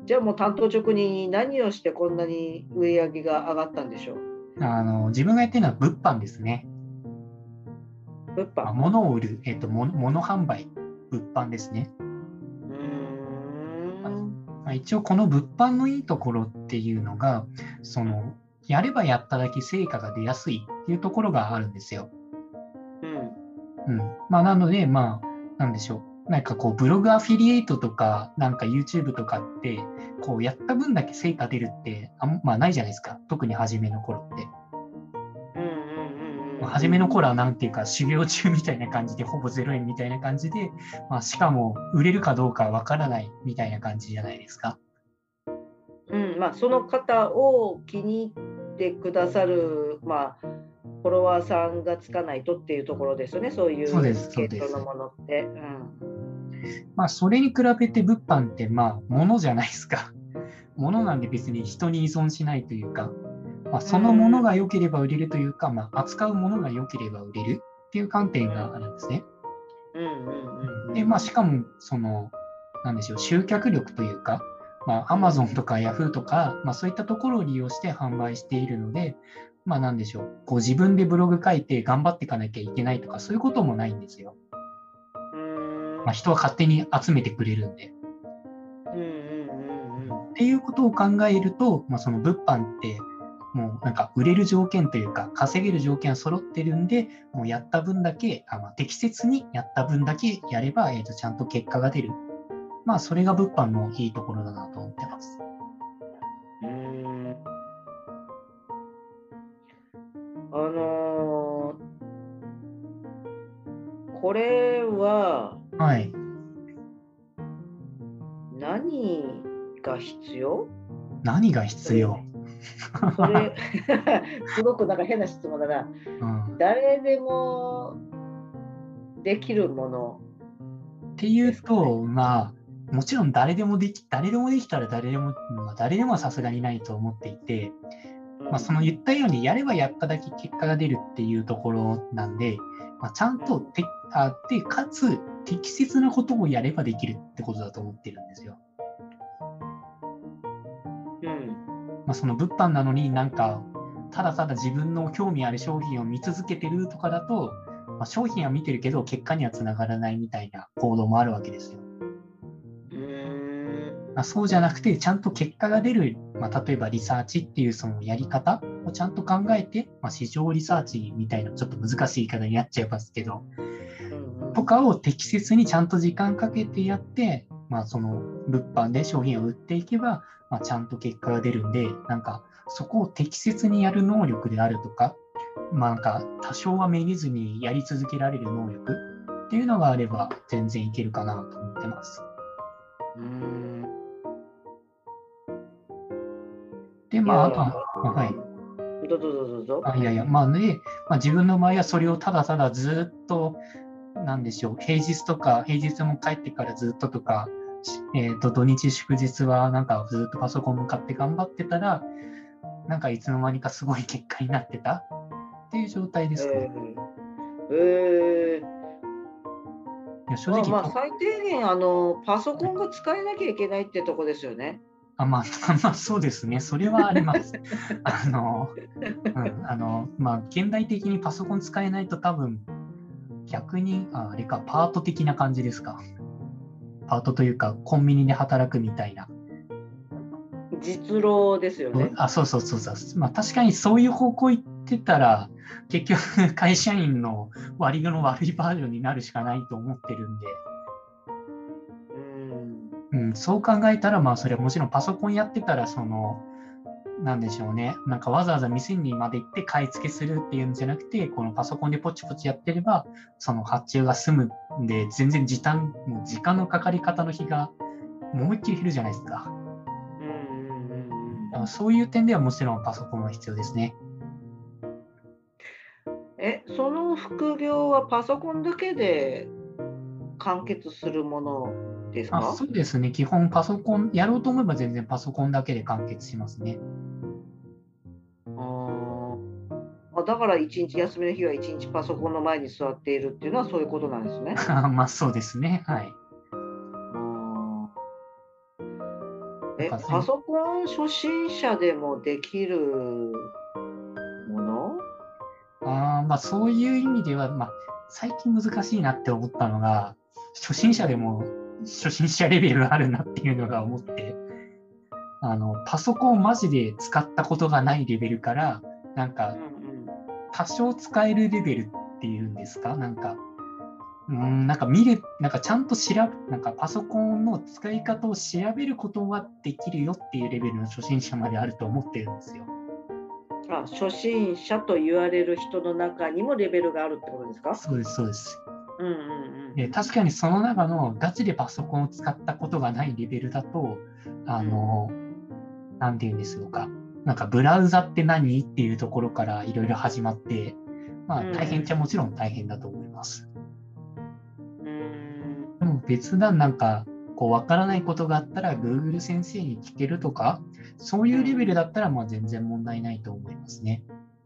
じゃあもう担当直入に何をしてこんなに売り上げが上がったんでしょう。 自分がやってるのは物販ですね。 物販。 物を売る、物販売、物販ですね。一応この物販のいいところっていうのが、やればやっただけ成果が出やすいっていうところがあるんですよ。なので、なんでしょう。なんかこう、ブログアフィリエイトとか、なんか YouTube とかって、こう、やった分だけ成果出るってないじゃないですか。特に初めの頃って。初めの頃はなんていうか、修行中みたいな感じで、ほぼ0円みたいな感じで、しかも、売れるかどうかわからないみたいな感じじゃないですか。 その方を気に入ってくださる、フォロワーさんがつかないとっていうところですよね、そういう系統のものって。 それに比べて物販って、物じゃないですか。物なんで別に人に依存しないというか、そのものが良ければ売れるというか、扱うものが良ければ売れるっていう観点があるんですね。で、しかも、なんでしょう、集客力というか、Amazon とか Yahoo とか、そういったところを利用して販売しているので、なんでしょう、こう自分でブログ書いて頑張っていかなきゃいけないとか、そういうこともないんですよ。人は勝手に集めてくれるんで。っていうことを考えると、その物販って、もうなんか売れる条件というか、稼げる条件は揃ってるんで、もうやった分だけ、適切にやった分だけやれば、ちゃんと結果が出る。それが物販のいいところだなと思ってます。 これは、 はい。 何が必要？ 何が必要？ それすごくなんか変な質問だな。誰でもできるものっていうと、もちろん誰でもできたら誰でもはさすがにないと思っていて、その言ったようにやればやっただけ結果が出るっていうところなんで、ちゃんとで、かつ適切なことをやればできるってことだと思ってるんですよ。その物販なのになんか、ただただ自分の興味ある商品を見続けてるとかだと、商品は見てるけど結果にはつながらないみたいな行動もあるわけですよ。そうじゃなくて、ちゃんと結果が出る、例えばリサーチっていうそのやり方をちゃんと考えて、市場リサーチみたいなちょっと難しい言い方になっちゃいますけど、とかを適切にちゃんと時間かけてやって、その物販で商品を売っていけば、ちゃんと結果が出るんで、なんかそこを適切にやる能力であるとか、なんか多少はめげずにやり続けられる能力っていうのがあれば全然いけるかなと思ってます。で、あとは、はい。 どうぞ。 自分の場合はそれをただただずっと、なんでしょう、平日も帰ってからずっととか、土日祝日はなんかずっとパソコン向かって頑張ってたら、なんかいつの間にかすごい結果になってたっていう状態ですね。 正直、最低限パソコンが使えなきゃいけないってとこですよね。 そうですね。それはあります。現代的にパソコン使えないと多分、逆に、あれか、パート的な感じですか。パートというか、コンビニで働くみたいな。 実労ですよね。 そう。確かにそういう方向行ってたら、結局、会社員の割の悪いバージョンになるしかないと思ってるんで。そう考えたら、それはもちろんパソコンやってたら、なんでしょうね。なんかわざわざ店にまで行って買い付けするっていうんじゃなくて、このパソコンでポチポチやってれば、その発注が済むんで、全然時間のかかり方の日が思いっきり減るじゃないですか。そういう点ではもちろんパソコンは必要ですね。 その副業はパソコンだけで完結するものですか？ そうですね。基本パソコン、やろうと思えば全然パソコンだけで完結しますね。 だから一日休みの日は一日パソコンの前に座っているっていうのはそういうことなんですね。 そうですね。はい。 パソコン初心者でもできるもの？ まあそういう意味では、まあ、最近難しいなって思ったのが、初心者でも初心者レベルあるなっていうのが思って、パソコンをマジで使ったことがないレベルから、なんか、多少使えるレベルっていうんですか？なんかちゃんとなんかパソコンの使い方を調べることはできるよっていうレベルの初心者まであると思ってるんですよ。 初心者と言われる人の中にもレベルがあるってことですか？ そうです、そうです。確かにその中のガチでパソコンを使ったことがないレベルだと、なんていうんでしょうか。なんかブラウザって何っていうところからいろいろ始まって、まあ大変っちゃもちろん大変だと思います。でも別段なんかわからないことがあったら Google 先生に聞けるとか、そういうレベルだったらまあ全然問題ないと思いますね。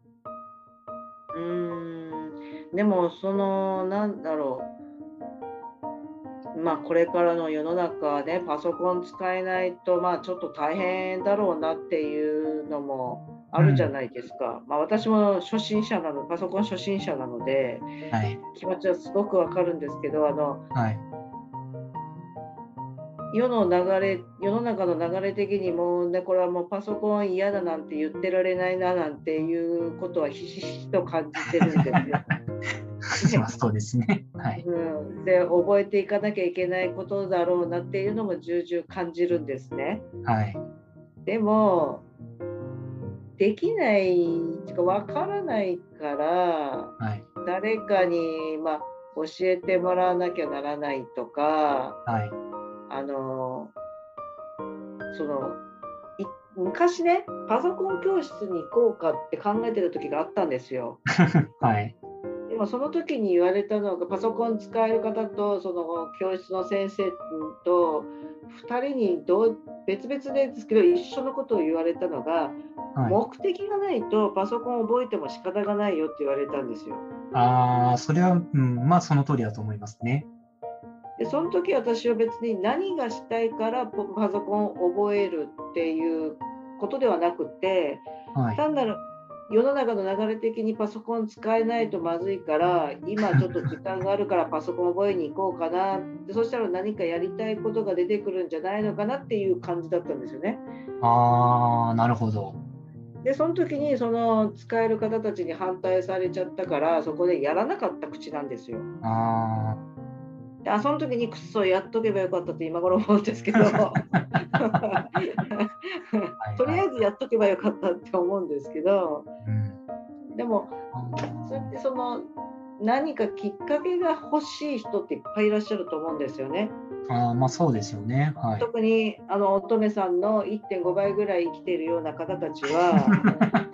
でもなんだろう、まあこれからの世の中ね、パソコン使えないとまあちょっと大変だろうなっていうのもあるじゃないですか。まあ私もパソコン初心者なので、気持ちはすごくわかるんですけど、世の中の流れ的にもね、これはもうパソコン嫌だなんて言ってられないななんていうことはひしひしと感じてるんですよ。 そうですね。 で、覚えていかなきゃいけないことだろうなっていうのも重々感じるんですね。でもできないとかわからないから、誰かに教えてもらわなきゃならないとか、昔ね、パソコン教室に行こうかって考えてる時があったんですよ。でもその時に言われたのが、パソコン使える方とその教室の先生と2人に別々ですけど一緒のことを言われたのが、目的がないとパソコンを覚えても仕方がないよって言われたんですよ。 それは、まあその通りだと思いますね。 でその時私は別に何がしたいからパソコンを覚えるっていうことではなくて、単なる世の中の流れ的にパソコン使えないとまずいから、今ちょっと時間があるからパソコン覚えに行こうかな、でそしたら何かやりたいことが出てくるんじゃないのかなっていう感じだったんですよね。 なるほど。 でその時にその使える方たちに反対されちゃったから、そこでやらなかった口なんですよ。その時にくっそやっとけばよかったって今頃思うんですけどとりあえずやっとけばよかったって思うんですけど、でもそうやって何かきっかけが欲しい人っていっぱいいらっしゃると思うんですよね。 そうですよね。 特に乙女さんの 1.5 倍ぐらい生きているような方たちは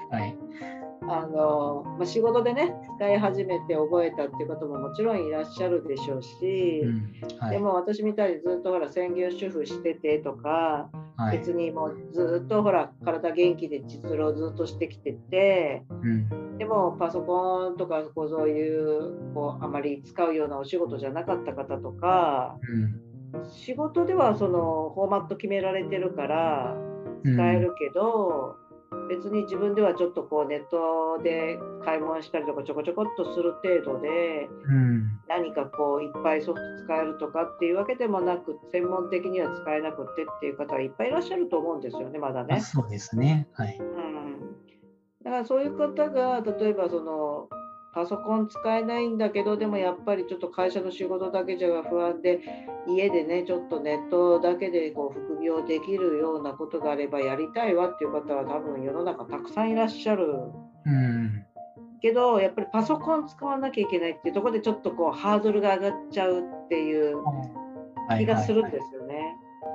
仕事でね使い始めて覚えたっていう方ももちろんいらっしゃるでしょうし、でも私みたいにずっと専業主婦しててとか、別にもうずっと体元気で実労ずっとしてきてて、でもパソコンとかそういうあまり使うようなお仕事じゃなかった方とか、仕事ではフォーマット決められてるから使えるけど、別に自分ではちょっとネットで買い物したりとかちょこちょこっとする程度で、何かいっぱいソフト使えるとかっていうわけでもなく、専門的には使えなくてっていう方はいっぱいいらっしゃると思うんですよね、まだね。 そうですね。 だからそういう方が例えばパソコン使えないんだけど、でもやっぱりちょっと会社の仕事だけじゃ不安で、家でねちょっとネットだけで副業できるようなことがあればやりたいわっていう方は多分世の中たくさんいらっしゃる、けどやっぱりパソコン使わなきゃいけないっていうところでちょっとハードルが上がっちゃうっていう気がするんですよね。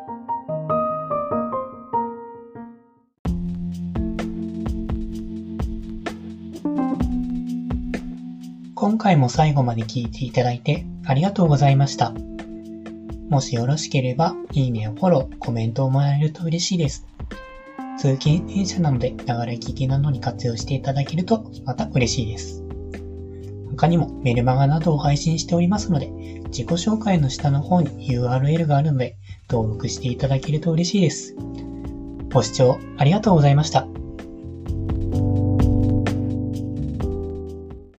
今回も最後まで聞いていただいてありがとうございました。もしよろしければ、いいねやフォロー、コメントをもらえると嬉しいです。通勤電車なので、ながら聞きなどに活用していただけるとまた嬉しいです。他にもメルマガなどを配信しておりますので、自己紹介の下の方に URL があるので、登録していただけると嬉しいです。 ご視聴ありがとうございました。